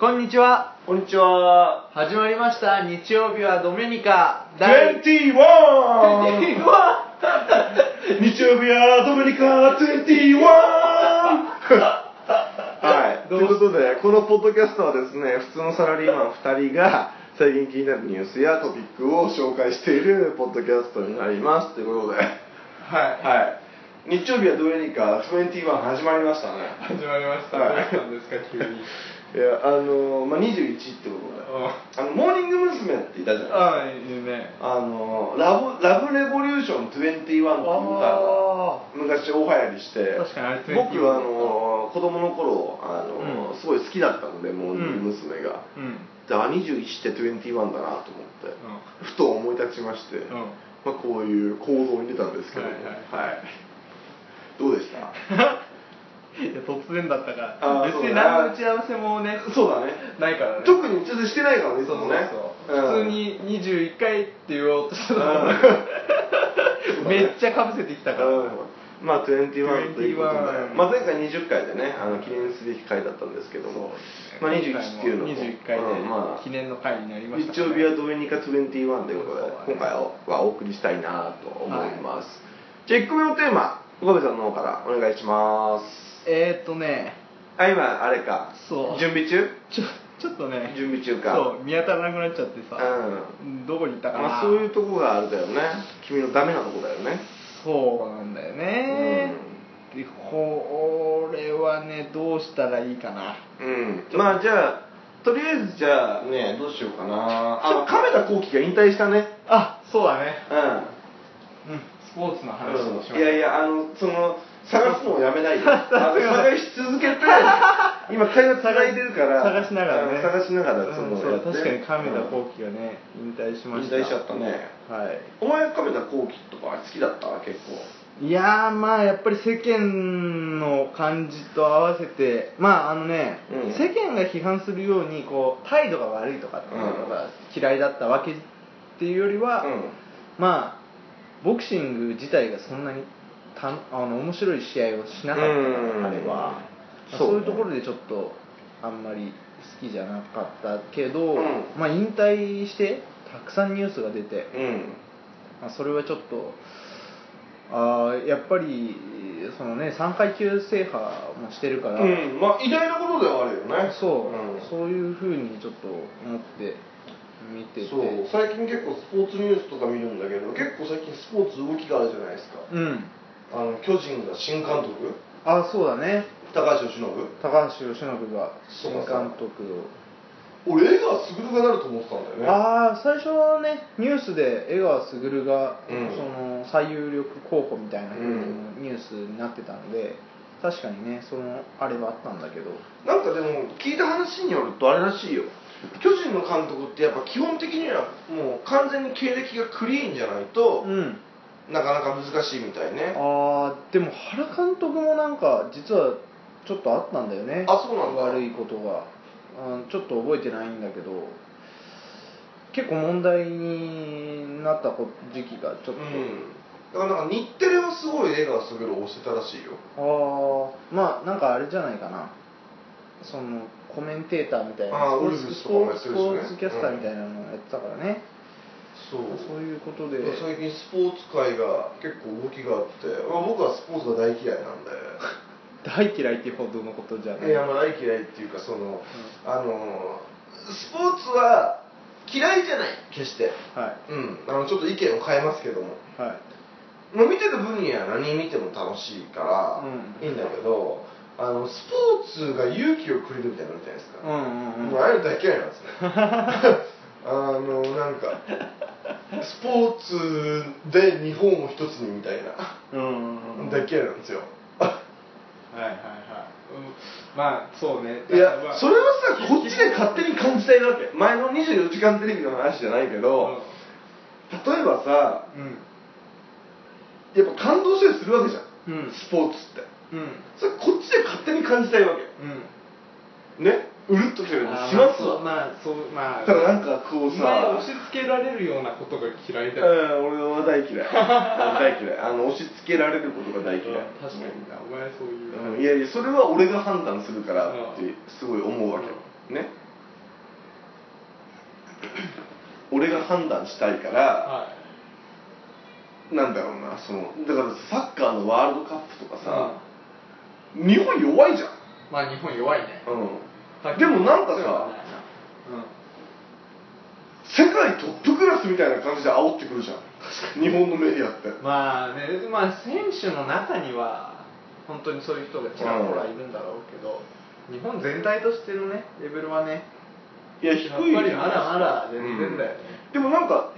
こんにちは。 こんにちは。 始まりました。日曜日はドメニカ 21。日曜日はドメニカ21。はい。ということで、このポッドキャストはですね、普通のサラリーマン2人が最近気になるニュースやトピックを紹介しているポッドキャストになります。ということで、はい。日曜日はドメニカ21始まりましたね。 始まりました。 はいどうしたんですか、急に。 いや、21ってことで、モーニング娘。っていたじゃないですか。 ああ、いいね。 ラブレボリューション21っていう歌が昔大流行りして、 確かにあれ21 僕子供の頃すごい好きだったので、モーニング娘。が。で、21って21だなと思って、ふと思い立ちまして、こういう構造に出たんですけども、どうでしたいや、突然だったから別に何の打ち合わせもね、 そうだね、 ないからね。 特に打ち合わせしてないからね、いつもね。 普通に21回って言おうとしたのめっちゃかぶせてきたから。 まあ21ということで、前回20回でね、記念すべき回だったんですけども、21っていうのも 21回で記念の回になりました。 日曜日はドメニカ21ということで、今回はお送りしたいなと思います。じゃあ1個目のテーマ、岡部さんの方からお願いします。今あれか、準備中？ ちょっとね、 準備中か。 そう、見当たらなくなっちゃってさ、どこに行ったかな。 そういうとこがあるだよね。君のダメなとこだよね。 そうなんだよね。で、これはね、どうしたらいいかな。 まあじゃあ、とりあえずじゃあね、どうしようかな。亀田光輝が引退したね。 あ、そうだね。スポーツの話をしましょう。 いやいや、探すのをやめないで。探し続けて、今会話つないでるから、 探しながらね。 探しながらそのやって。 確かに亀田光輝がね、引退しました。 引退しちゃったね。 はい。 お前亀田光輝とか好きだった結構。 いやー、まあやっぱり世間の感じと合わせて、まあ世間が批判するようにこう態度が悪いとかっていうのが嫌いだったわけっていうよりは、まあボクシング自体がそんなに面白い試合をしなかったから彼は、そういうところでちょっとあんまり好きじゃなかったけど、まあ引退してたくさんニュースが出て、それはちょっとやっぱりそのね3階級制覇もしてるから、 まあ偉大なことではあるよね。 そういうふうにちょっと思って見てて、 最近結構スポーツニュースとか見るんだけど、結構最近スポーツ動きがあるじゃないですか。巨人が新監督。 そうだね。 高橋由伸が新監督を。 俺江川卓がなると思ってたんだよね。 最初はねニュースで江川卓が、その最有力候補みたいな風にニュースになってたので、確かにねそのあれはあったんだけど、 なんかでも聞いた話によるとあれらしいよ。巨人の監督ってやっぱ基本的にはもう完全に経歴がクリーンじゃないと、なかなか難しいみたいね。 でも原監督もなんか実はちょっとあったんだよね。 そうなんだ。 悪いことがちょっと覚えてないんだけど、結構問題になった時期がちょっと、 だからなんか日テレはすごい江川卓を推してたらしいよ。 まあなんかあれじゃないかな、そのコメンテーターみたいな、スポーツキャスターみたいなのをやってたからね。そういうことで最近スポーツ界が結構動きがあって、僕はスポーツが大嫌いなんで。 大嫌いっていうほどのことじゃない。 大嫌いっていうか、スポーツは嫌いじゃない決して。ちょっと意見を変えますけども。見てる分には何見ても楽しいからいいんだけど、スポーツが勇気をくれるみたいなのじゃないですか。ああいうの大嫌いなんですね。なんかスポーツで日本を一つにみたいな、大嫌いなんですよ。 まあそうね。 いや、それはさ、こっちで勝手に感じたいわけ。前の24時間テレビの話じゃないけど、例えばさ、やっぱ感動したりするわけじゃん、スポーツって。それこっちで勝手に感じたいわけ。ね、うるっときたりしますわ。ただなんかこうさ、 押し付けられるようなことが嫌いだよ。 俺は大嫌い。大嫌い。押し付けられることが大嫌い。 確かにな、お前そういう。 いやいや、それは俺が判断するからってすごい思うわけよ。ね。 俺が判断したいから、はい、なんだろうな、だからサッカーのワールドカップとかさ、うん、日本弱いじゃん。 まあ日本弱いね。 うん。でもなんかさ、うん、世界トップクラスみたいな感じで煽ってくるじゃん。日本のメディアって。 まあね、まあ選手の中には本当にそういう人がちらほらいるんだろうけど、日本全体としてのねレベルはね、 いや低いじゃん。やっぱりまだまだ全然だよね。 でもなんか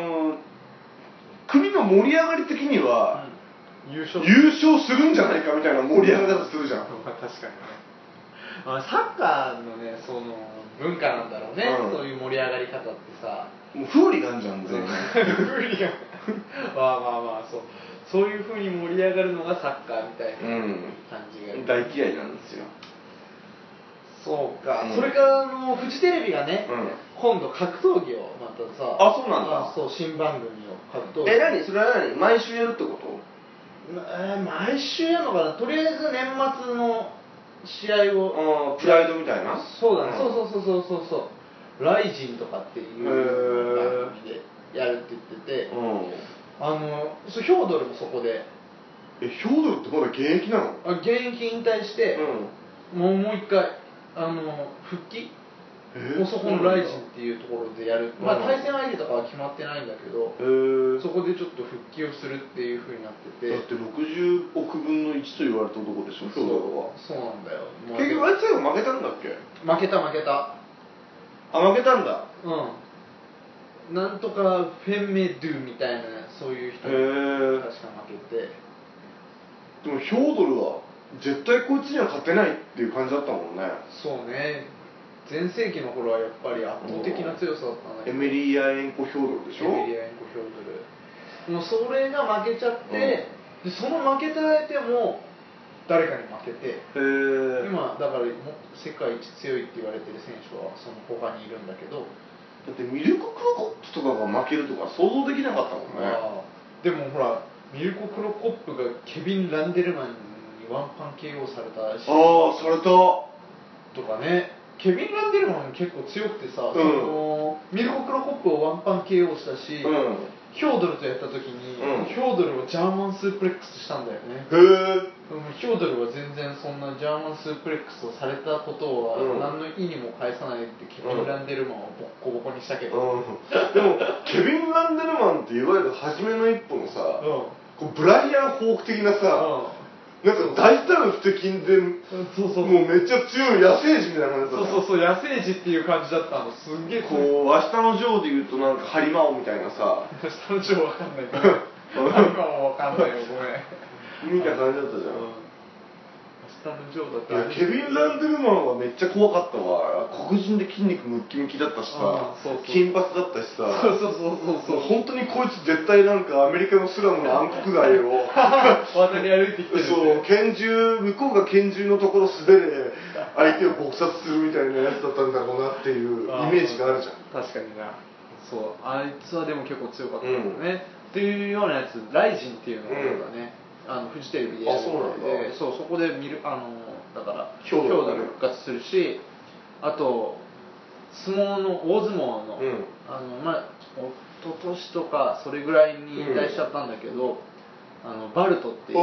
国の盛り上がり的には、優勝するんじゃないかみたいな盛り上がり方するじゃん。 まあ確かにね。サッカーのねその文化なんだろうね、そういう盛り上がり方ってさ。 もうフーリガンじゃん全員。 フーリガン。まあまあまあそういう風に盛り上がるのがサッカーみたいな感じが、 大嫌いなんですよ。 そうか、それからフジテレビがね、今度格闘技をまたさ、 あ、そうなんだ。 そう新番組を格闘技。 何それは何毎週やるってこと？ 毎週やるのかな。とりあえず年末の試合をプライドみたいな。 そうだね、そうライジンとかっていう番組でやるって言ってて、ヒョードルもそこで。 ヒョードルってまだ現役なの？ 現役引退して、もう一回復帰もうそこのライジンっていうところでやる。まあ対戦相手とかは決まってないんだけど、そこでちょっと復帰をするっていうふうになってて。 だって60億分の1と言われたところでしょ、ヒョードルは。 そうなんだよ。 結局あいつらが負けたんだっけ？ 負けた。あ、 負けたんだ。 なんとかフェンメドゥみたいなそういう人に確か負けて。 でもヒョードルは絶対こいつには勝てないっていう感じだったもんね。 そうね。全盛期の頃はやっぱり圧倒的な強さだったんだけど。 エメリアエンコ・ヒョードルでしょ。 エメリアエンコ・ヒョードル。もうそれが負けちゃって、でその負けた相手も誰かに負けて、今だから世界一強いって言われてる選手はその他にいるんだけど。 だってミルク・クロコップとかが負けるとか想像できなかったもんね。 でもほらミルコ・クロコップがケビン・ランデルマンにワンパン KO されたし。 されたとかね。ケビン・ランデルマン結構強くてさ、ミルコ・クロコップをワンパン KO したし、ヒョードルとやった時に、ヒョードルをジャーマンスープレックスしたんだよね。ヒョードルは全然そんなジャーマンスープレックスをされたことは何の意にも返さないってケビン・ランデルマンをボッコボコにしたけど、 でもケビン・ランデルマンっていわゆる初めの一歩のさ、ブライアン・ホーク的なさ、なんか大胆不敵で、もうめっちゃ強い野生児みたいな感じだった。 そう野生児っていう感じだったの。すんげえこう明日のジョーで言うとなんかハリマオみたいなさ。 明日のジョーわかんないけどハリマオわかんないよ、ごめんみたいな感じだったじゃん。 明日のジョーだった。 ケビン・ランデルマンはめっちゃ怖かったわ。黒人で筋肉ムッキムキだったしさ、金髪だったしさ、本当にこいつ絶対なんかアメリカのスラムの暗黒街を渡り歩いてきてる、 そう拳銃、向こうが拳銃のところ素手で相手を撲殺するみたいなやつだったんだろうなっていうイメージがあるじゃん。 確かにな。そうあいつはでも結構強かったんだね、っていうようなやつ、ライジンっていうのがね、フジテレビでやるので、そこで見る、だからヒョードル復活するし、あと相撲の大相撲の、まあ一昨年とかそれぐらいに引退しちゃったんだけど、バルトっていう、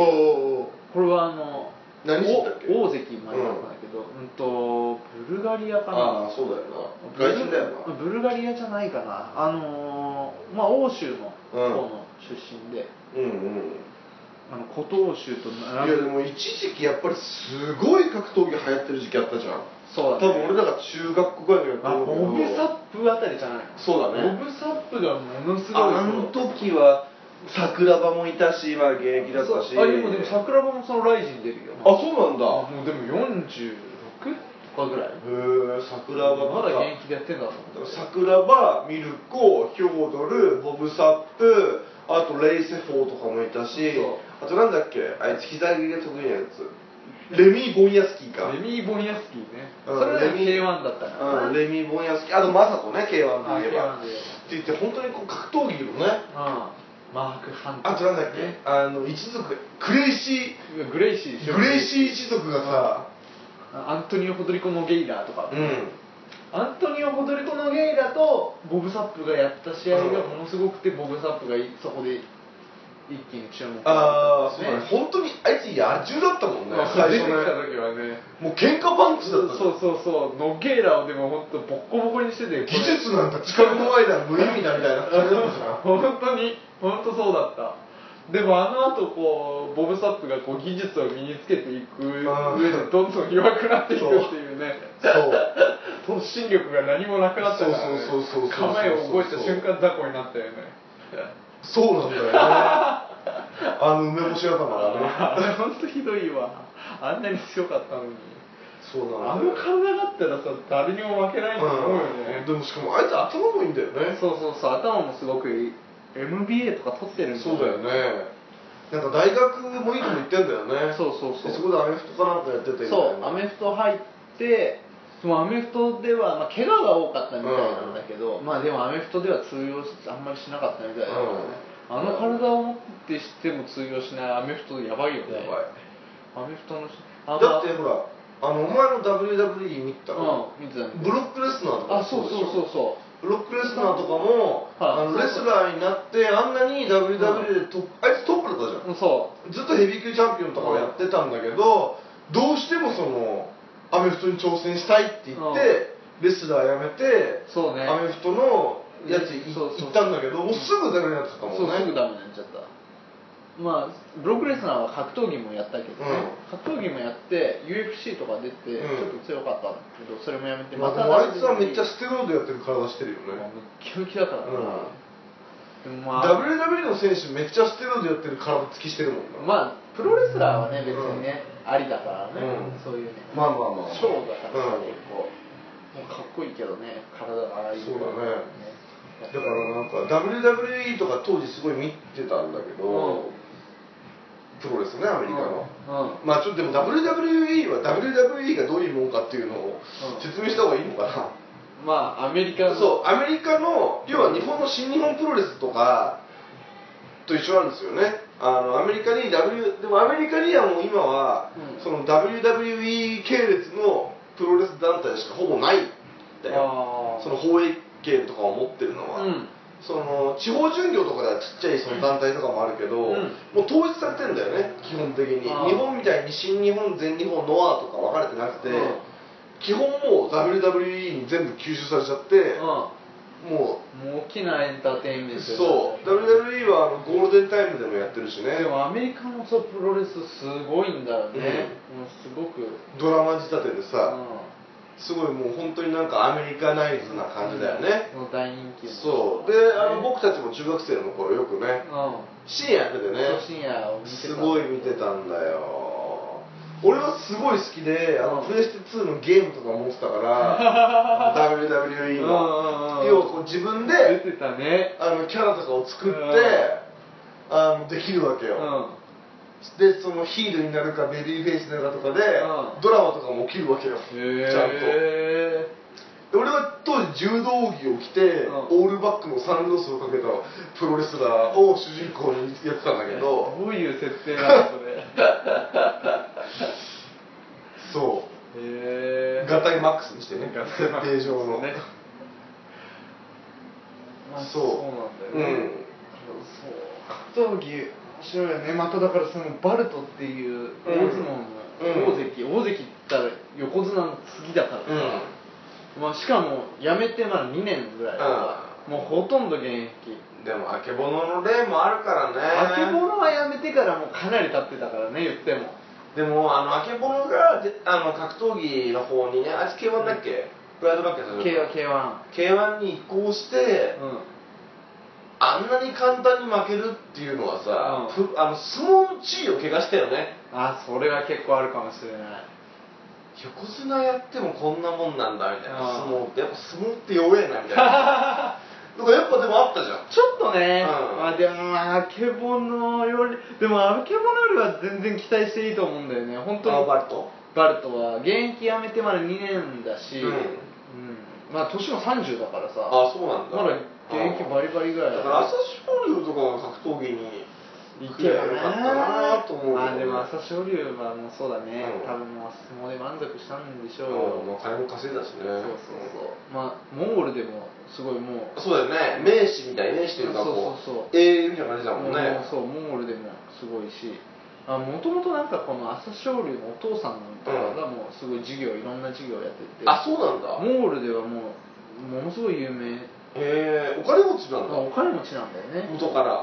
これは何人だっけ、 大関までだったんだけど、ブルガリアかな。 そうだよな、外人だよな。 ブルガリアじゃないかな、まあ欧州の方の出身で、古東州と並ぶ。いやでも一時期やっぱりすごい格闘技流行ってる時期あったじゃん。 そうだね。 多分俺らが中学校ぐらいのやったボブサップあたりじゃない。 そうだね。 ボブサップがものすごい。 あの時は桜庭もいたし、まあ現役だったし。 でも桜庭もそのライジン出るよ。 そうなんだ。 もうでも46とかぐらい。 桜庭まだ現役でやってんだと思った。 桜庭、ミルコ、ヒョードル、ボブサップ、あとレイセフォーとかもいたし、あとなんだっけ、あいつ膝蹴りが得意なやつ。レミー・ボンヤスキーか。 レミー・ボンヤスキーね。それは K1 だったから。 レミー・ボンヤスキー。あとマサトね、K1 で言えば。って言って本当に格闘技のね。 マーク・ハント。 あとなんだっけ、一族、グレイシー一族がさ、 アントニオ・ホドリコ・ノゲイラーとか。 アントニオ・ホドリコ・ノゲイラとボブ・サップがやった試合がものすごくて、ボブ・サップがそこで一気に注目ああ、そうだね。本当にあいつ野獣だったもんね。 最初出てきた時はね、 もう喧嘩パンチだった。 そうノゲイラをでも本当ボッコボコにしてて、 技術なんか近くの間無意味だみたいな感じだったじゃん。 本当そうだった。でもあの後こうボブ・サップがこう技術を身につけていく上でどんどん弱くなっていくっていうね。突進力が何もなくなったからね。構えを覚えた瞬間雑魚になったよね。 そうなんだよね。梅干し頭がね。 あれ本当ひどいわ。あんなに強かったのに。 そうなんだよ。 体だったらさ、誰にも負けないと思うよね。 でもしかもあいつ頭もいいんだよね。 そう頭もすごくいい。MBA とか取ってるんだよ。 そうだよね。なんか大学もいいとこ行ってんだよね。 そうそこでアメフトかなんかやってて。 そうアメフト入って、アメフトでは、怪我が多かったみたいなんだけど、でもアメフトでは通用あんまりしなかったみたいだからね。あの体を持ってしても通用しないアメフトやばいよね。やばい。アメフトのだってほら、お前も WWE 見たの？見てた。 ブロックレスナーとか。 そうブロックレスナーとかもレスラーになってあんなに WWE であいつトップだったじゃん。ずっとヘビー級チャンピオンとかをやってたんだけど、どうしてもそのアメフトに挑戦したいって言ってレスラーやめてアメフトのやつ行ったんだけど、もうすぐダメになっちゃったもんね。 すぐダメになっちゃった。ブロックレスナーは格闘技もやったけどね、格闘技もやって UFC とか出てちょっと強かったんだけど、それもやめてあいつはめっちゃステロイドやってる体してるよね。 ムキムキだからな。 WWE の選手めっちゃステロイドやってる体つきしてるもんな。プロレスラーはね別にねありだからね、そういうね。 ショーだから結構もうかっこいいけどね、体がああいう。 そうだね。だからなんか WWE とか当時すごい見てたんだけど、プロレスね、アメリカの。ちょっとでも WWE は WWE がどういうもんかっていうのを説明した方がいいのかな。 アメリカのアメリカの要は日本の新日本プロレスとかと一緒なんですよね。アメリカにでもアメリカにはもう今はその WWE 系列のプロレス団体しかほぼないんだよ。その放映権とかを持ってるのは。その地方巡業とかではちっちゃいその団体とかもあるけど、もう統一されてんだよね、基本的に。日本みたいに新日本、全日本、ノアとか分かれてなくて、基本もう WWE に全部吸収されちゃって、もう大きなエンターテインメント。 そう、WWE はゴールデンタイムでもやってるしね。 でもアメリカのプロレスすごいんだよね。すごくドラマ仕立てでさ、すごいもう本当になんかアメリカナイズな感じだよね。 大人気。 そうで僕たちも中学生の頃よくね、深夜やっててね、すごい見てたんだよ。俺はすごい好きでプレステ2のゲームとか持ってたからWWE の要は自分でキャラとかを作ってできるわけよ。でそのヒールになるかベビーフェイスになるかとかでドラマとかも起きるわけよ、ちゃんと。で俺は当時柔道着を着てオールバックのサングラスをかけたプロレスラーを主人公にやってたんだけど。 どういう設定なのそれ。 そうガタイマックスにしてね、設定上の。 そうなんだよね。格闘技面白いよね。まただからそのバルトっていう大相撲の大関って言ったら横綱の次だからさ、しかも辞めてまだ2年ぐらいだから、もうほとんど現役。 でもあけぼのの例もあるからね。 あけぼのは辞めてからもうかなり経ってたからね、言っても。 でもあけぼのが格闘技の方にね、あいつ K1 だっけ、プライドバッケー K1 に移行して、あんなに簡単に負けるっていうのはさ、相撲の地位を怪我したよね。 それは結構あるかもしれない。 横綱やってもこんなもんなんだみたいな。相撲ってやっぱ相撲って弱えなみたいな。とかやっぱでもあったじゃん。 ちょっとね。でもあけぼのよりは全然期待していいと思うんだよね。本当にバルトは現役辞めてまだ2年だし、年も30だからさ。 そうなんだ。 まだ現役バリバリぐらいだから朝青龍とかが格闘技に行けばよかったなと思う。 でも朝青龍はもうそうだね、多分もう相撲で満足したんでしょうよ。 金も稼いだしね。 そうまあモンゴルでもすごいもうそうだよね、名士みたいな、名士というかこう英雄みたいな感じだもんね。 そうモンゴルでもすごいし、もともとなんかこの朝青龍のお父さんとかがもうすごいいろんな授業をやってて、 そうなんだ。 モンゴルではものすごい有名。 お金持ちなんだ。 お金持ちなんだよね、 元から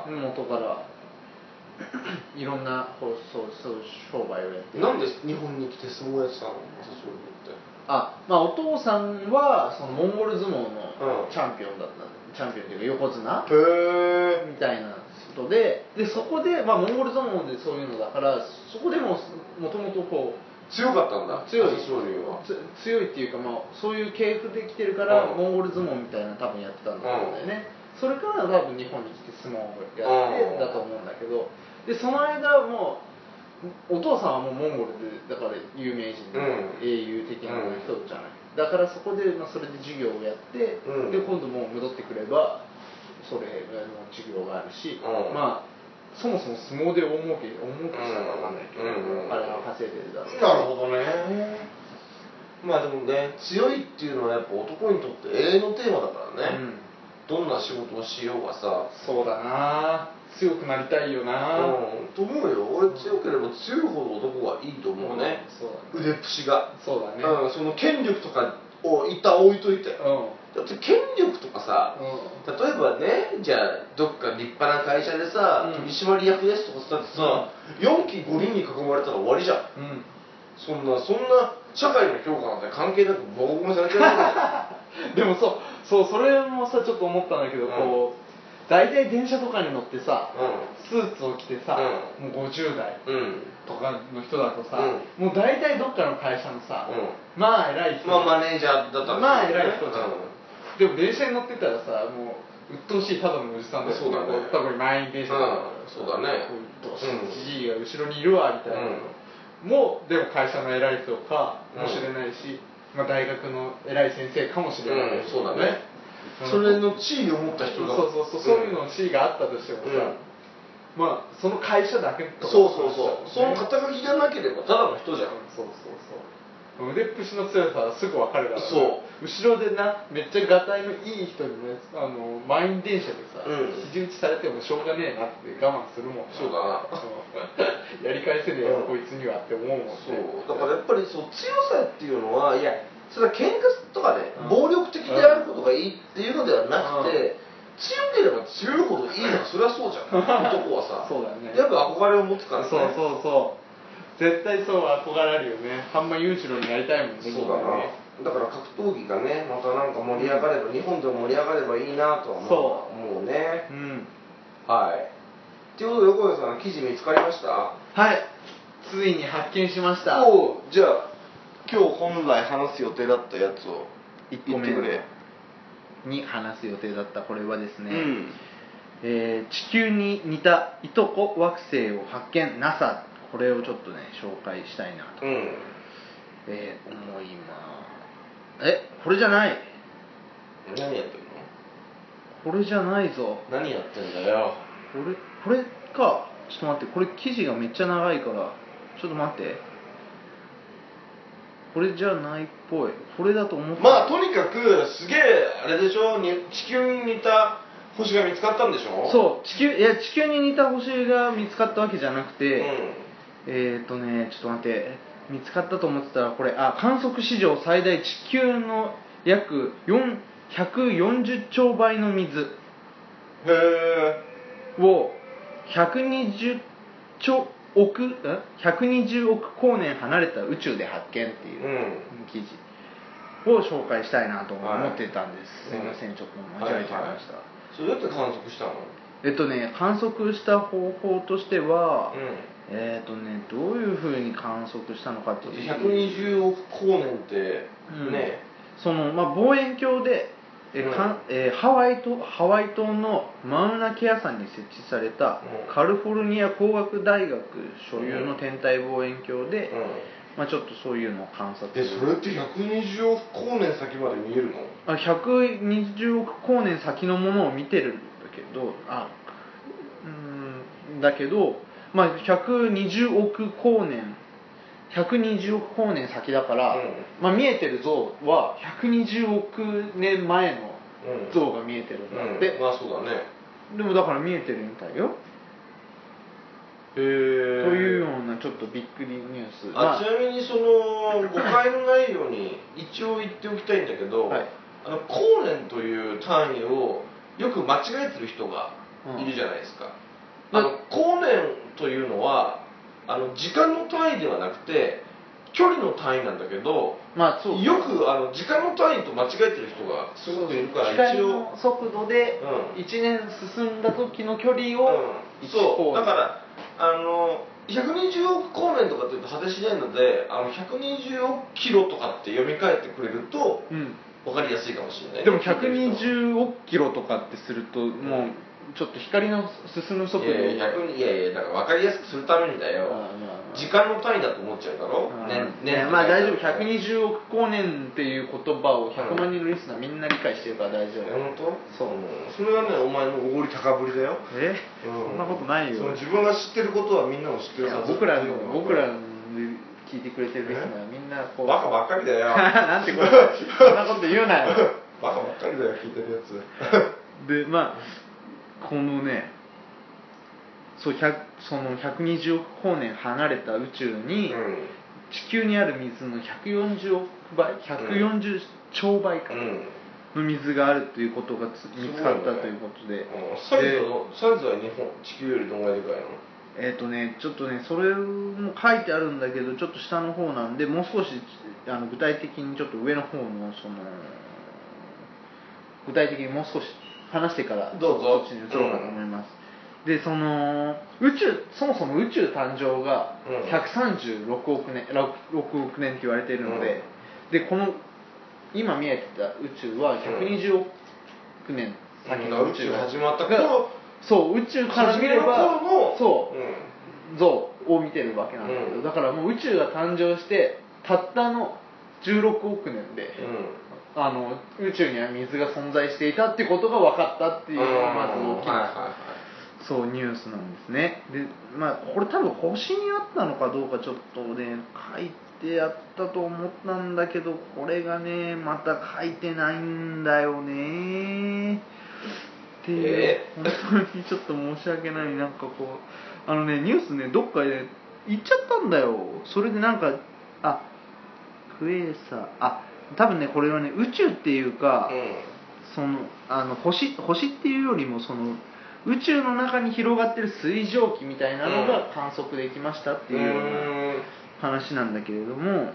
いろんなそう商売をやって。 なんで日本に来て相撲やってたの、朝青龍って。 お父さんはそのモンゴル相撲のチャンピオンだったんで、チャンピオンっていうか横綱みたいな人で、そこで、モンゴル相撲でそういうのだから、そこでもともとこう強かったんだ、 強いっていうか、そういう系譜で来てるから、モンゴル相撲みたいな多分やってたんだと思うんだよね。それから多分日本に来て相撲をやってだと思うんだけど、でその間もお父さんはもうモンゴルでだから有名人で、英雄的な人じゃない。だからそこで、それで授業をやって、で今度もう戻ってくればそれの授業があるし、そもそも相撲で大儲けしたのかわかんないけど、あれは稼いでるだろう。 なるほどね。でもね、強いっていうのはやっぱ男にとって永遠のテーマだからね。どんな仕事をしようがさ。 そうだな、強くなりたいよな。 と思うよ。俺強ければ強いほど男はいいと思うね。腕っぷしが。 そうだね。 その権力とかを一旦置いといて。だって権力とかさ、例えばね、じゃあどっか立派な会社でさ、取締役ですとかしたってさ、4期5人に囲まれたら終わりじゃん。そんな社会の評価なんて関係なくボコボコにされちゃうでもそれもさちょっと思ったんだけど、こう大体電車とかに乗ってさ、スーツを着てさ、もう50代とかの人だとさ、もう大体どっかの会社のさ、偉い人、 マネージャーだったら偉い人じゃん。でも電車に乗ってたらさ、もう鬱陶しいただのおじさんだよ。 そうだね。 特に満員電車とか、 そうだね。 鬱陶しいじじいが後ろにいるわみたいなのもでも会社の偉い人かもしれないし、大学の偉い先生かもしれないし、 そうだね。それの地位を持った人が、 そういうの地位があったとしてもさ、その会社だけとか、 その肩書きがなければただの人じゃん。 腕っぷしの強さはすぐ分かるから、後ろでめっちゃがたいのいい人にね、満員電車でさ、肘打ちされてもしょうがねえなって我慢するもん。 そうだな。 やり返せねえよ、こいつにはって思うもんね。 だからやっぱり強さっていうのは、いやそれは喧嘩とかね、暴力的であることがいいっていうのではなくて、強ければ強いほどいいのはそれはそうじゃん。男はさ、やっぱ憧れを持つからね。 絶対憧れるよね。半間裕次郎になりたいもんね。 そうだな。だから格闘技がね、またなんか盛り上がれば、日本でも盛り上がればいいなとは思うね。はい。ということで横田さん、記事見つかりました？ はい、ついに発見しました。 じゃあ今日本来話す予定だったやつを 1個目に話す予定だったこれはですね、地球に似たいとこ惑星を発見 NASA、 これをちょっとね紹介したいなと、思います。これじゃない。 何やってんの？ これじゃないぞ。 何やってんだよ。 これか。ちょっと待って、これ記事がめっちゃ長いからちょっと待って、これじゃないっぽい。これだと思ってとにかくすげえあれでしょ、地球に似た星が見つかったんでしょ。 そう地球に似た星が見つかったわけじゃなくて、ちょっと待って、見つかったと思ってたらこれ観測史上最大地球の約140兆倍の水を120億光年離れた宇宙で発見っていう記事を紹介したいなと思ってたんです。すいません、ちょっと間違えちゃいました。 それどうやって観測したの？ 観測した方法としては、どういうふうに観測したのかっていうと、 120億光年ってね、 望遠鏡でハワイ島のマウナケア山に設置されたカリフォルニア工学大学所有の天体望遠鏡で、ちょっとそういうのを観察。 それって120億光年先まで見えるの ？120億光年先のものを見てるんだけど、 だけど、まあ、120億光年先だから、まあ、見えてる像は120億年前の像が見えてるんだって、 まあそうだね。 でもだから見えてるみたいよ。というようなちょっとびっくりニュース。 ちなみにその誤解のないように一応言っておきたいんだけど、はい、光年という単位をよく間違えてる人がいるじゃないですか。光年というのは時間の単位ではなくて距離の単位なんだけど、まあ、そうよく時間の単位と間違えてる人がすごくいるから、 一応光の速度で1年進んだ時の距離をそうだから120億光年とかっていうと果てしないので120億キロとかって読み替えてくれると分かりやすいかもしれない、ね、 でも120億キロとかってするともうちょっと光の進む速度いやだから分かりやすくするためにだよ。時間の単位だと思っちゃうだろ。 まあ大丈夫。120億光年っていう言葉を100万人のリスナーみんな理解してるから大丈夫。 本当？そう。それはね、お前のおごり高ぶりだよ。 そんなことないよ。 自分が知ってることはみんなも知ってるはず。 僕らに聞いてくれてるリスナーみんなこうバカばっかりだよ。 なんてことそんなこと言うなよ。 バカばっかりだよ、聞いてるやつ。 で、まあこのね、その120億光年離れた宇宙に、地球にある水の140億倍、140兆倍か、の水があるということが見つかったということで、 サイズは日本、地球よりどのぐらいでかいの？ ちょっとね、それも書いてあるんだけど、ちょっと下の方なんで、もう少し具体的にちょっと上の方の具体的にもう少し話してからどうぞそっちに移ろうかと思います。でそもそも宇宙誕生が136億年、6億年って言われているので、でこの今見えてた宇宙は120億年先の宇宙が始まった頃、 そう宇宙から見ればそう像を見てるわけなんだけど、だからもう宇宙が誕生してたったの16億年で、宇宙には水が存在していたっていうことが分かったっていうのがまず大きなそうニュースなんですね。でまあこれ多分星にあったのかどうかちょっとね書いてあったと思ったんだけど、これがねまた書いてないんだよねっていう、本当にちょっと申し訳ない。なんかこうニュースねどっかで言っちゃったんだよ。それでなんかクエーサ多分ねこれはね宇宙っていうか、星っていうよりも宇宙の中に広がってる水蒸気みたいなのが観測できましたっていうような話なんだけれども、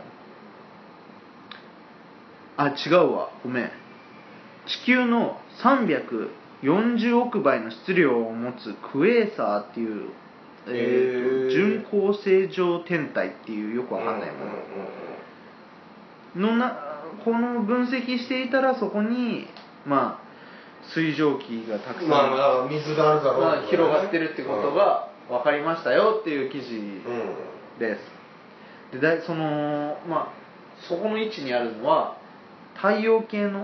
違うわ、ごめん。地球の340億倍の質量を持つクエーサーっていう、準恒星状天体っていうよくわかんないものこの分析していたら、そこに水蒸気がたくさん、 水があるだろう、 広がってるってことが分かりましたよっていう記事です。でそこの位置にあるのは太陽系の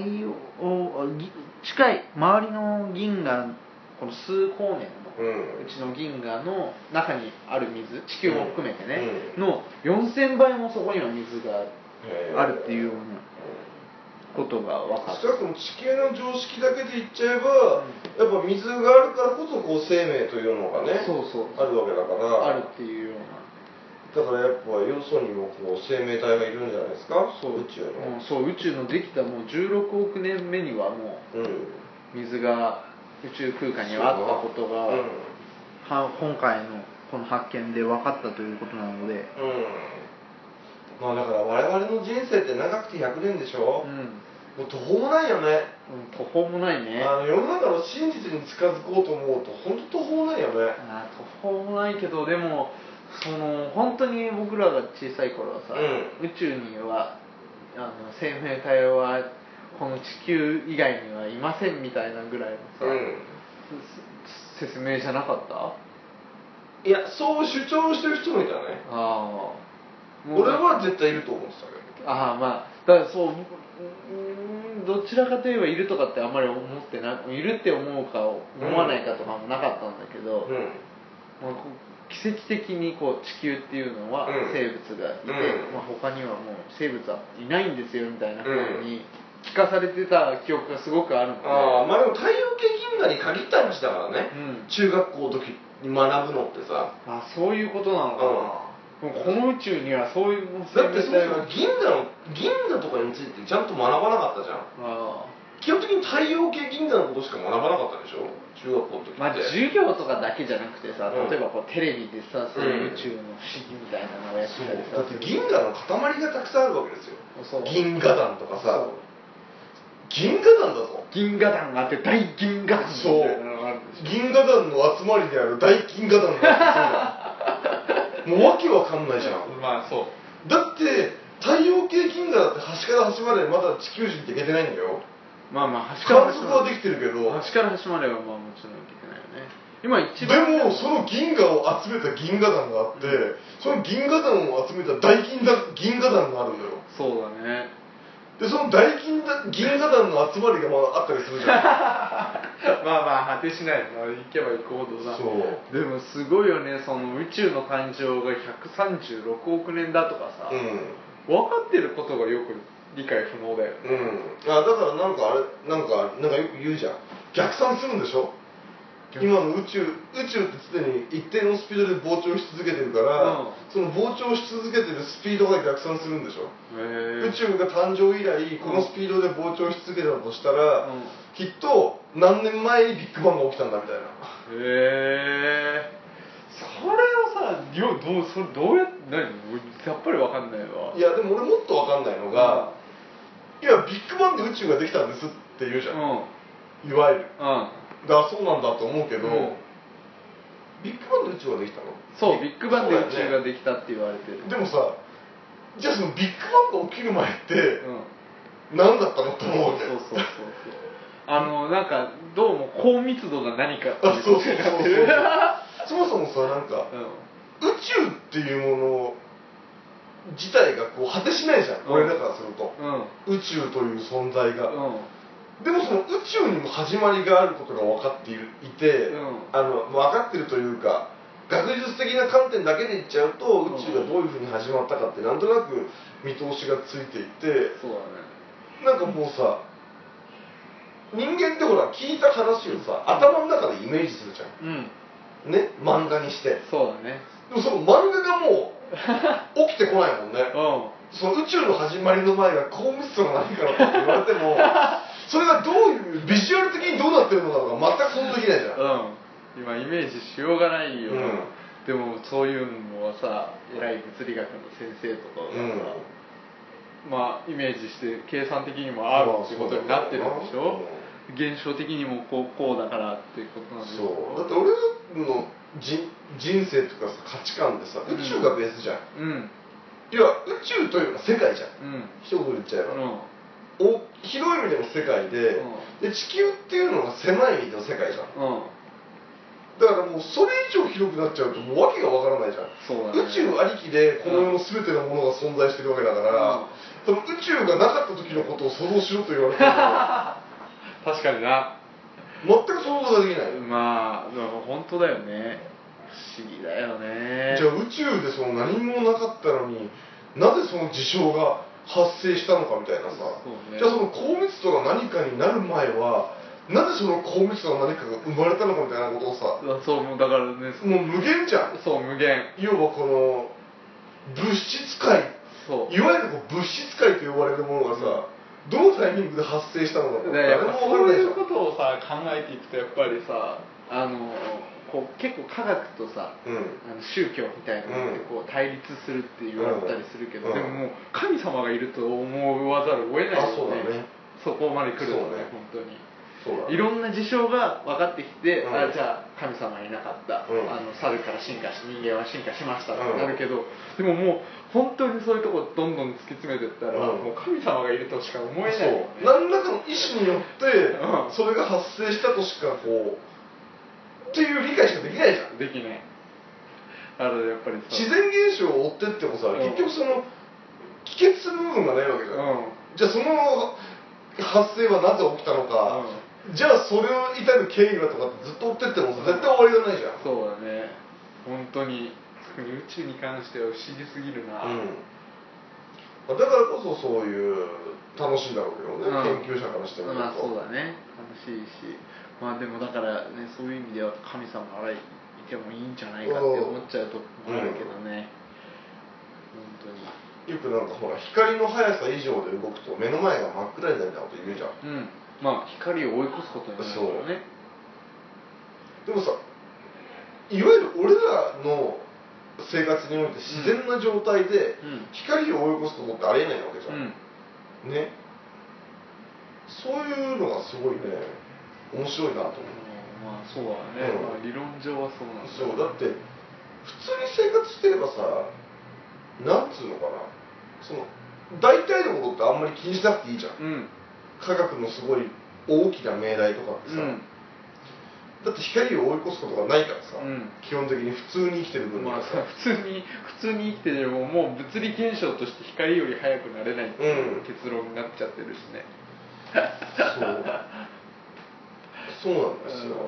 近い周りの銀河、この数光年のうちの銀河の中にある水、地球も含めてね、の4000倍もそこには水があるっていうようなことが分かった。 少なくとも地球の常識だけで言っちゃえば、やっぱ水があるからこそ生命というのがね、あるわけだから、 あるっていうような。 だからやっぱよそにも生命体がいるんじゃないですか、宇宙の。 宇宙のできたもう16億年目にはもう水が宇宙空間にはあったことが、今回のこの発見で分かったということなので、 だから我々の人生って長くて100年でしょ、もう途方もないよね。 途方もないね。 世の中の真実に近づこうと思うと本当途方もないよね。 途方もないけど、でも本当に僕らが小さい頃はさ、宇宙には生命体はこの地球以外にはいませんみたいなぐらいのさ、説明じゃなかった？ いや、そう主張してる人もいたね。俺は絶対いると思ってたけど。 だからどちらかといえばいるとかってあんまり思っているって思うか思わないかとかもなかったんだけど、 奇跡的にこう地球っていうのは生物がいて、他にはもう生物はいないんですよみたいなふうに聞かされてた記憶がすごくあるので、 でも太陽系銀河に限った話だからね、中学校の時に学ぶのってさ。 そういうことなのかな、この宇宙にはそういうだってそもそも銀河とかについてちゃんと学ばなかったじゃん。基本的に太陽系銀河のことしか学ばなかったでしょ、中学校の時って。 授業とかだけじゃなくてさ、例えばこうテレビでさ、そういう宇宙の不思議みたいなのをやってたりさ、 だって銀河の塊がたくさんあるわけですよ。銀河団とかさ、銀河団だぞ。 銀河団があって大銀河団みたいなのがあるんでしょ。 銀河団の集まりである大銀河団があって、もうわけわかんないじゃん。 そうだって太陽系銀河だって端から端までまだ地球人っていけてないんだよ。 端から端まで観測はできてるけど、 端から端まではもちろんいけてないよね。今一番でもその銀河を集めた銀河団があって、その銀河団を集めた大銀河団があるんだよ。 そうだね。 でその大銀河団の集まりがあったりするじゃん。 果てしないの、行けば行くほどさ。でもすごいよね、その宇宙の誕生が136億年だとかさ、分かってることがよく理解不能だよね。 だからなんかよく言うじゃん、逆算するんでしょ。今の宇宙って常に一定のスピードで膨張し続けてるから、その膨張し続けてるスピードが逆算するんでしょ。宇宙が誕生以来このスピードで膨張し続けたとしたら、きっと何年前にビッグバンが起きたんだみたいな。 それをさ、どうやってさっぱり分かんないわ。 いやでも俺もっと分かんないのが、いやビッグバンで宇宙ができたんですって言うじゃん、いわゆる。そうなんだと思うけど、ビッグバンで宇宙ができたの？ そう、ビッグバンで宇宙ができたって言われてる。 でもさ、じゃあそのビッグバンが起きる前って何だったのと思うわけ。 なんかどうも高密度な何かっていうそうそもそもさ、なんか宇宙っていうもの自体がこう果てしないじゃん、俺らからすると。宇宙という存在が。でもその宇宙にも始まりがあることが分かっていて、分かってるというか、学術的な観点だけで言っちゃうと、宇宙がどういうふうに始まったかってなんとなく見通しがついていて、なんかもうさ、人間ってほら聞いた話をさ、頭の中でイメージするじゃん、ね、漫画にして。 そうだね。 でもその漫画がもう起きてこないもんね。その宇宙の始まりの前が高密度が何かのかって言われてもそれがどういうビジュアル的にどうなってるのかとか全く想像できないじゃん。 今イメージしようがないよ、でもそういうのはさ、偉い物理学の先生とかがさ、イメージして計算的にもあるってことになってるんでしょ。現象的にもこうだからっていうことなんですよ。 だって俺の人生とかさ、価値観でさ、宇宙がベースじゃん。いや、宇宙というのは世界じゃん、一言言っちゃえば。広い意味での世界で、地球っていうのが狭い意味での世界じゃん。だからもうそれ以上広くなっちゃうともう訳がわからないじゃん。宇宙ありきでこの世の全てのものが存在してるわけだから、その宇宙がなかった時のことを想像しろと言われても確かにな、 全く想像ができない。 本当だよね、不思議だよね。 じゃあ宇宙でその何もなかったのになぜその事象が発生したのかみたいなさ、じゃあその高密度が何かになる前はなぜその高密度が何かが生まれたのかみたいなことをさ、 もうだからね、 もう無限じゃん。 無限。 要はこの物質界、いわゆる物質界と呼ばれるものがさ、どのタイミングで発生したのか誰も分からないじゃん。そういうことをさ考えていくとやっぱりさ、結構科学とさ、宗教みたいなのってこう対立するって言われたりするけど、でももう神様がいると思わざるを得ないよね。そこまで来るとね、本当に。いろんな事象が分かってきて、じゃあ神様いなかった、猿から進化し人間は進化しましたってなるけど、でももう本当にそういうとこどんどん突き詰めていったら、もう神様がいるとしか思えないよね。 何らかの意志によってそれが発生したとしかこうっていう理解しかできないじゃん。 できない。やっぱり自然現象を追ってってもさ、結局その帰結する部分がないわけじゃん。じゃあその発生はなぜ起きたのか、じゃあそれを至る経緯はとかってずっと追ってってもさ、絶対終わりがないじゃん。 そうだね。 本当に宇宙に関しては不思議すぎるな、 だからこそそういう楽しいんだろうけどね、研究者からしてみると。 まあそうだね、楽しいし、まあでもだからね、そういう意味では神様がいてもいいんじゃないかって思っちゃうとこもあるけどね、本当に。 よくなんかほら、光の速さ以上で動くと目の前が真っ暗になるみたいなこと言うじゃん。 まあ光を追い越すことになるからね。 でもさ、いわゆる俺らの生活において自然な状態で光を追い越すことってありえないわけじゃん、ね。そういうのがすごいね、面白いなと思う。 まあそうだね、まあ理論上はそうなんだ。 そうだって普通に生活してればさ、なんつうのかな、その大体のことってあんまり気にしなくていいじゃん、科学のすごい大きな命題とかってさ、だって光を追い越すことがないからさ、基本的に普通に生きてる分にはさ、 普通に生きててももう物理現象として光より速くなれないっていう結論になっちゃってるしね。 そうなんですよ。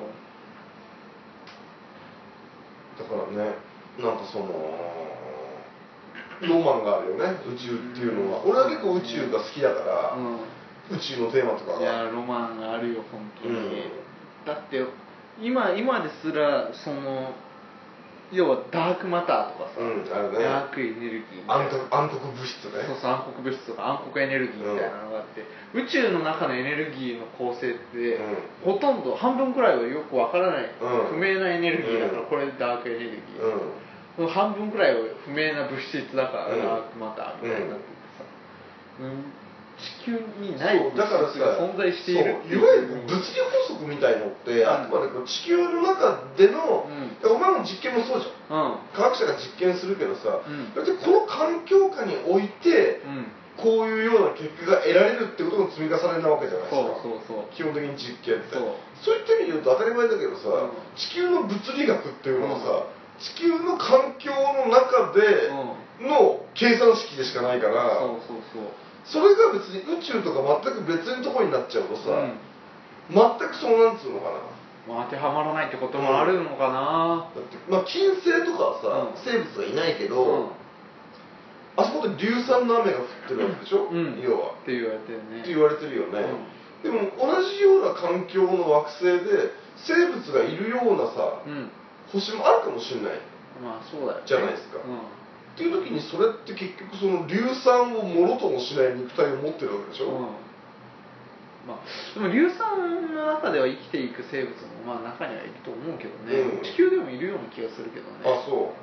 だからね、なんかそのロマンがあるよね、宇宙っていうのは。俺は結構宇宙が好きだから、宇宙のテーマとかが。 いやロマンがあるよ本当に、だって今ですらその要はダークマターとかさ、ダークエネルギー暗黒物質ね。 そう暗黒物質とか暗黒エネルギーみたいなのがあって、宇宙の中のエネルギーの構成って、ほとんど半分くらいはよくわからない、不明なエネルギーだから、これダークエネルギー、その半分くらいは不明な物質だから、ダークマターみたいになっててさ、地球にない物質が存在しているっていう、 いわゆる物理法則みたいのって、あくまで地球の中での、お前も実験もそうじゃん、科学者が実験するけどさ、だってこの環境下において、こういうような結果が得られるってことの積み重ねなわけじゃないですか。基本的に実験って。そういった意味で言うと当たり前だけどさ、地球の物理学っていうのはさ、地球の環境の中での計算式でしかないから、それが別に宇宙とか全く別のところになっちゃうとさ、全くそうなんつうのかな、 当てはまらないってこともあるのかな。 だってまあ金星とかはさ、生物はいないけど、あそこで硫酸の雨が降ってるわけでしょ、要はって言われてるね。 って言われてるよね、でも同じような環境の惑星で生物がいるようなさ、星もあるかもしれない、 そうだよね、 じゃないですか、っていう時にそれって結局その硫酸をもろともしない肉体を持ってるわけでしょ、 でも硫酸の中では生きていく生物も中にはいると思うけどね、地球でもいるような気がするけどね。 そう、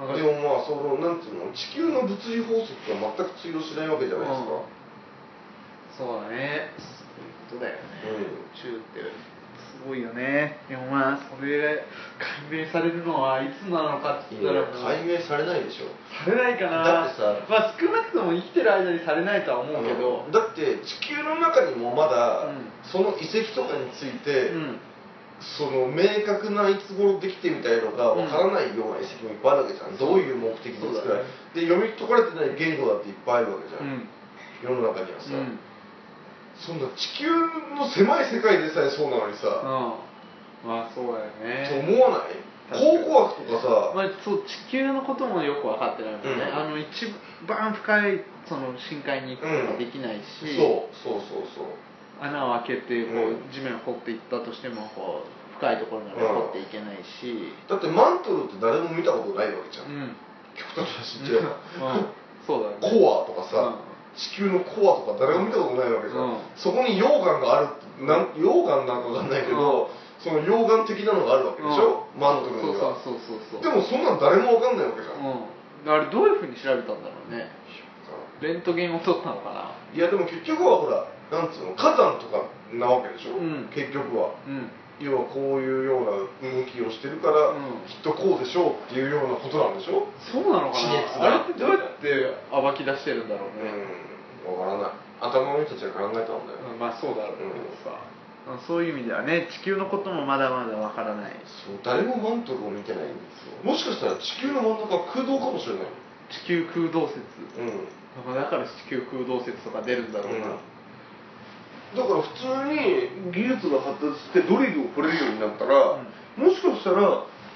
でもそのなんつうの、地球の物理法則が全く通用しないわけじゃないですか、 そうだね、そういうことだよね、宇宙ってすごいよね。でもそれ解明されるのはいつなのかって言ったら解明されないでしょ。 されないかな。だってさ、少なくとも生きてる間にされないとは思うけど、 だって地球の中にもまだ、その遺跡とかについて、その明確ないつ頃できてみたいのがわからないような遺跡もいっぱいあるわけじゃん、どういう目的で作られて、で読み解かれてない言語だっていっぱいあるわけじゃん、世の中にはさ、そんな地球の狭い世界でさえそうなのにさ、 そうだよね。 と思わない？考古学とかさ、 そう地球のこともよく分かってないもんね、一番深いその深海に行くことができないし、 そう穴を開けて地面を掘っていったとしても深いところまで掘っていけないし、 だってマントルって誰も見たことないわけじゃん、極端な話言っちゃえば、 そうだね、 コアとかさ、地球のコアとか誰も見たことないわけじゃん、そこに溶岩がある、溶岩なんかわかんないけど、その溶岩的なのがあるわけでしょ、マントルには。でもそんなん誰もわかんないわけじゃん、 あれどういうふうに調べたんだろうね。レントゲンを取ったのかな。 いやでも結局はほら、なんつうの、火山とかなわけでしょ、結局は、要はこういうような動きをしてるから、きっとこうでしょうっていうようなことなんでしょ。 そうなのかな。あれってどうやって暴き出してるんだろうね。 わからない。頭の人たちが考えたんだよ。 そうだろうけどさ、そういう意味ではね、地球のこともまだまだわからない。 誰もマントルを見てないんですよ。もしかしたら地球の真ん中は空洞かもしれない。 地球空洞説、だから地球空洞説とか出るんだろうな、 だから普通に技術が発達してドリルを掘れるようになったら、もしかしたら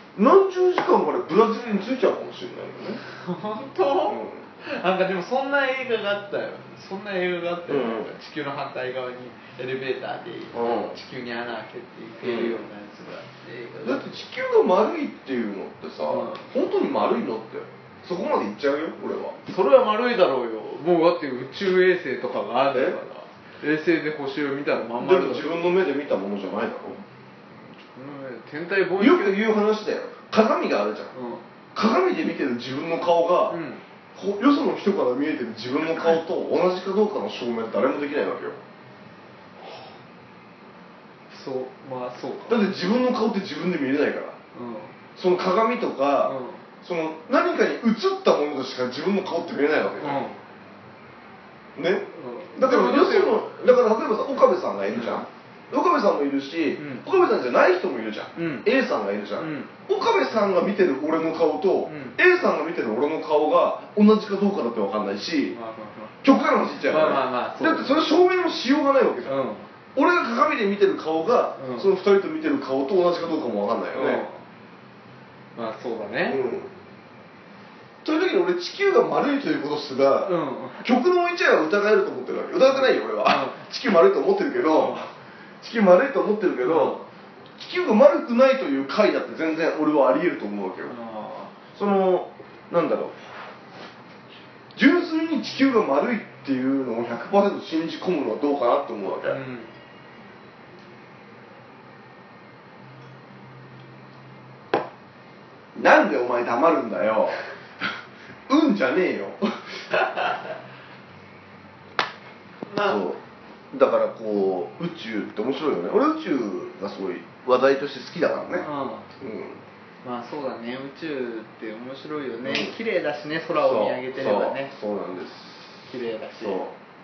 何十時間までブラジルに着いちゃうかもしれないよね。 本当、なんかでもそんな映画があったよ。そんな映画があったよ、地球の反対側にエレベーターで地球に穴開けていけるようなやつがあって、 だって地球が丸いっていうのってさ、本当に丸いのってそこまでいっちゃうよ俺は。 それは丸いだろうよ。もうだって宇宙衛星とかがあるから衛星で星を見たらまんまるだろ。 でも自分の目で見たものじゃないだろ。 天体望遠鏡よく言う話だよ。鏡があるじゃん、鏡で見てる自分の顔が、よその人から見えてる自分の顔と同じかどうかの証明誰もできないわけよ。 そう、まあそうか。だって自分の顔って自分で見れないから、その鏡とか、その何かに映ったものでしか自分の顔って見れないわけじゃん、ね、だからよその、だから例えばさ岡部さんがいるじゃん、岡部さんもいるし、岡部さんじゃない人もいるじゃん、A さんがいるじゃん、岡部さんが見てる俺の顔と、A さんが見てる俺の顔が同じかどうかだって分かんないし、極端な話言っちゃうよね。だってそれ証明のしようがないわけじゃん、俺が鏡で見てる顔が、その2人と見てる顔と同じかどうかも分かんないよね。 まあそうだね。 という時に俺地球が丸いということすら、極論言っちゃえば疑えると思ってるわけ。疑ってないよ俺は、地球丸いと思ってるけど、地球丸いと思ってるけど、地球が丸くないという回だって全然俺はありえると思うわけよ。そのなんだろう、純粋に地球が丸いっていうのを 100% 信じ込むのはどうかなって思うわけ、なんでお前黙るんだようんじゃねえよそうだからこう宇宙って面白いよね。俺宇宙がすごい話題として好きだからね。 まあそうだね、宇宙って面白いよね。綺麗だしね、空を見上げてればね。 そうなんです。 綺麗だし。でも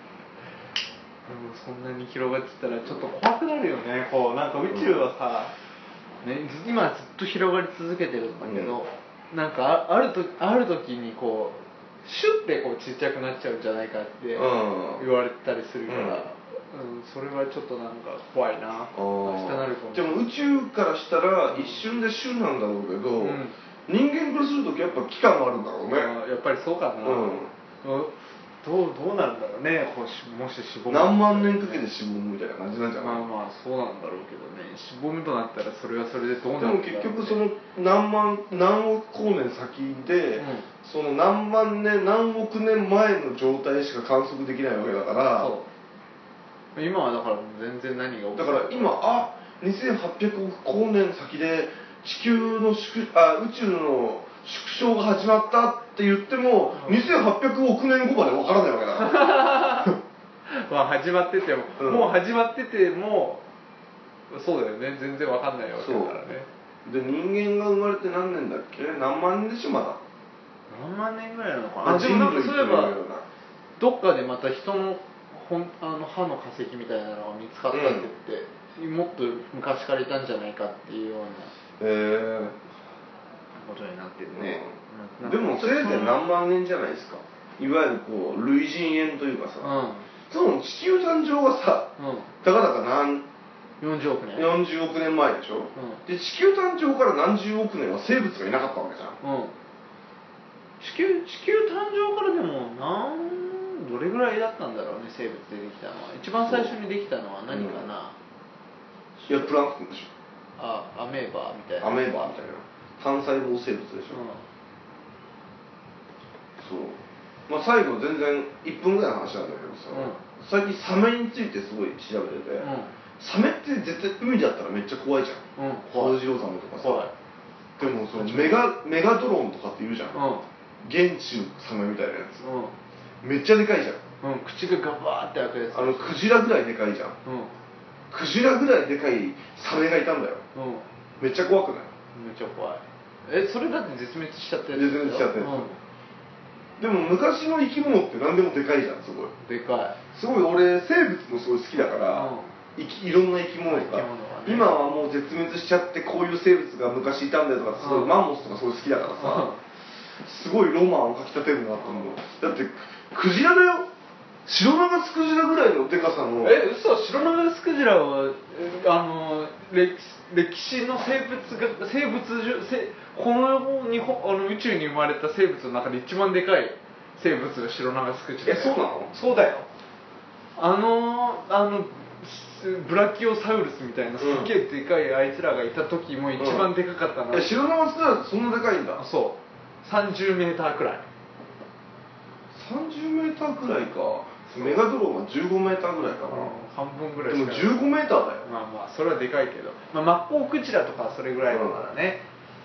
そんなに広がってたらちょっと怖くなるよね。こうなんか宇宙はさ、今ずっと広がり続けてるんだけど、なんかある時にこうシュッてこうちっちゃくなっちゃうんじゃないかって言われたりするから、それはちょっとなんか怖いな。明日なるかもしれない。 でも宇宙からしたら一瞬でシュンなんだろうけど、人間からするとやっぱ期間があるんだろうね。 やっぱりそうかな。どうなるんだろうね、もししぼむ何万年かけてしぼむみたいな感じなんじゃない？ まあそうなんだろうけどね、しぼむとなったらそれはそれでどうなるんだろう、ね、 でも結局その何億光年先で、その何万年何億年前の状態しか観測できないわけだから。 そう今はだから全然何が起きてるだから今2800億光年先で地球の宇宙の縮小が始まったって言っても、2800億年後まで分からないわけだからまあ始まってても、もう始まっててもそうだよね、全然分かんないわけだからね。 で人間が生まれて何年だっけ、何万年でしょまだ。 何万年ぐらいなのかな。でもなんかそういえばどっかでまた人の歯の化石みたいなのが見つかったって言って、もっと昔からいたんじゃないかっていうようなことになってるね。 でもせいぜい何万年じゃないですか。いわゆるこう類人猿というかさ、その地球誕生がさ、たかだか 40億年 40億年前でしょ、で地球誕生から何十億年は生物がいなかったわけじゃん、 地球誕生からでもどれぐらいだったんだろうね、生物でできたのは。一番最初にできたのは何かな。 いやプランクトンでしょ。 アメーバーみたいな。 アメーバーみたいな単細胞生物でしょ、そうまあ最後全然1分ぐらいの話なんだけどさ、最近サメについてすごい調べてて、サメって絶対海だったらめっちゃ怖いじゃん、ホウジロザメとかさ。でもそのメガドロンとかって言うじゃん、原虫サメみたいなやつ、めっちゃでかいじゃん、 口がガバーって開くやつ。 クジラぐらいでかいじゃん、クジラぐらいでかいサメがいたんだよ、めっちゃ怖くない？ めっちゃ怖い。それだって絶滅しちゃったやつ。 絶滅しちゃったやつ、でも昔の生き物って何でもでかいじゃん、すごいでかい。 すごい俺生物もすごい好きだから、いろんな生き物とか、今はもう絶滅しちゃってこういう生物が昔いたんだよとか、すごいマンモスとかすごい好きだからさ、すごいロマンをかきたてるなと思う。だってクジラだよ、シロナガスクジラぐらいのでかさの。 嘘、シロナガスクジラは歴史の生物この宇宙に生まれた生物の中で一番でかい生物がシロナガスクジラ。 そうなの？ そうだよ。ブラキオサウルスみたいなすっげえでかいあいつらがいた時も一番でかかったな。 シロナガスクジラってそんなでかいんだ。 そう、30メーターくらい。 30メーターくらいか。メガドローンは15メーターぐらいかな。 半分ぐらいしかない。でも15メーターだよ。 まあまあそれはでかいけど、マッコウクジラとかそれぐらいだからね。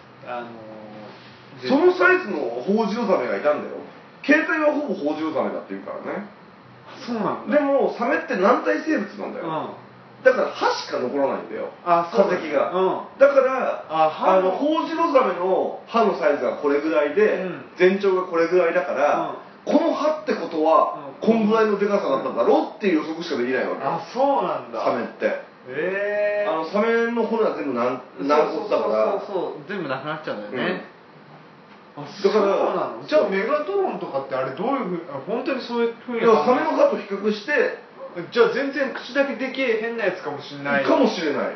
そのサイズのホウジロザメがいたんだよ。形態はほぼホウジロザメだっていうからね。 そうなんだ。 でもサメって軟体生物なんだよ。だから歯しか残らないんだよ、化石が。だからホウジロザメの歯のサイズがこれぐらいで、全長がこれぐらいだから、この歯ってことはこんぐらいのでかさだったんだろうっていう予測しかできないわけ。 そうなんだ。 サメって。サメの骨は全部軟骨だから。 そう全部なくなっちゃうんだよね。 だからじゃあメガトロンとかってあれどういうふう、本当にそういうふうに。 サメの歯と比較して、 じゃあ全然口だけでけえ変なやつかもしれない。 かもしれない。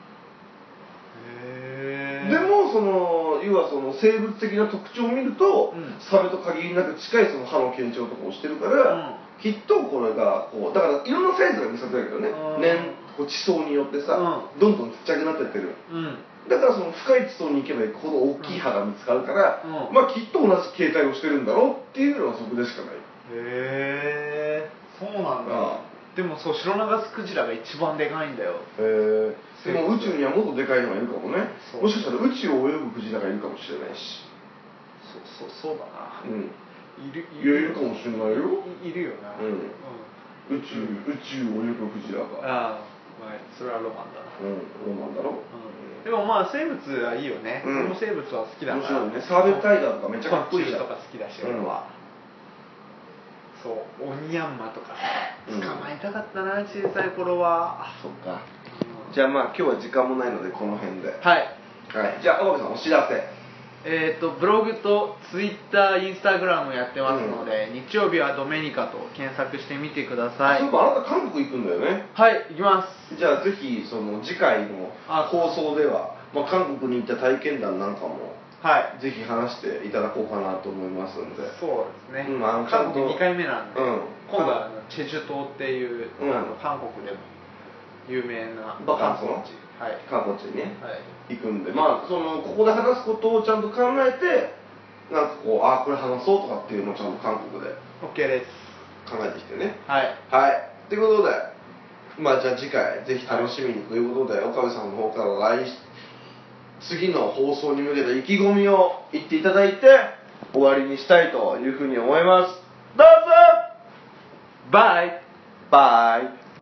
でも要は生物的な特徴を見ると、サメと限りなく近い歯の形状とかをしてるから、きっとこれがだからいろんなサイズが見せてるけどね、地層によってさ、どんどんちっちゃくなってってる。だから深い地層に行けば行くほど大きい歯が見つかるから、まあきっと同じ形態をしてるんだろうっていうのはそこでしかない。 へえ、そうなんだ。でもシロナガスクジラが一番でかいんだよ。 でも宇宙にはもっとでかいのがいるかもね。もしかしたら宇宙を泳ぐクジラがいるかもしれないし。 そうだな。いるかもしれないよ。 いるよな。 宇宙を泳ぐクジラが。 それはロマンだな。 ロマンだろ。 でもまあ生物はいいよね。俺も生物は好きだから。 面白いね。サーベルタイガーとかめっちゃかっこいいじゃん。 とか好きだし俺は。そうオニヤンマとか捕まえたかったな、小さい頃は。 そっか。じゃあまあ今日は時間もないのでこの辺で。 はい。 じゃあ岡部さんお知らせ。 ブログとツイッター、インスタグラムやってますので、日曜日はドメニカと検索してみてください。 そういえばあなた韓国行くんだよね。 はい、行きます。 じゃあぜひ次回の放送では、韓国に行った体験談なんかもぜひ話していただこうかなと思いますので。 そうですね。韓国2回目なんで、今度はチェジュ島っていう韓国でも有名なバカンスの観光地にね行くんで、ここで話すことをちゃんと考えて、なんかこれ話そうとかっていうのをちゃんと韓国で OK です。 考えてきてね。 はいということで、じゃあ次回ぜひ楽しみにということで、岡部さんの方から次の放送に向けた意気込みを言っていただいて終わりにしたいというふうに思います。どうぞ。 バイ。 バイ。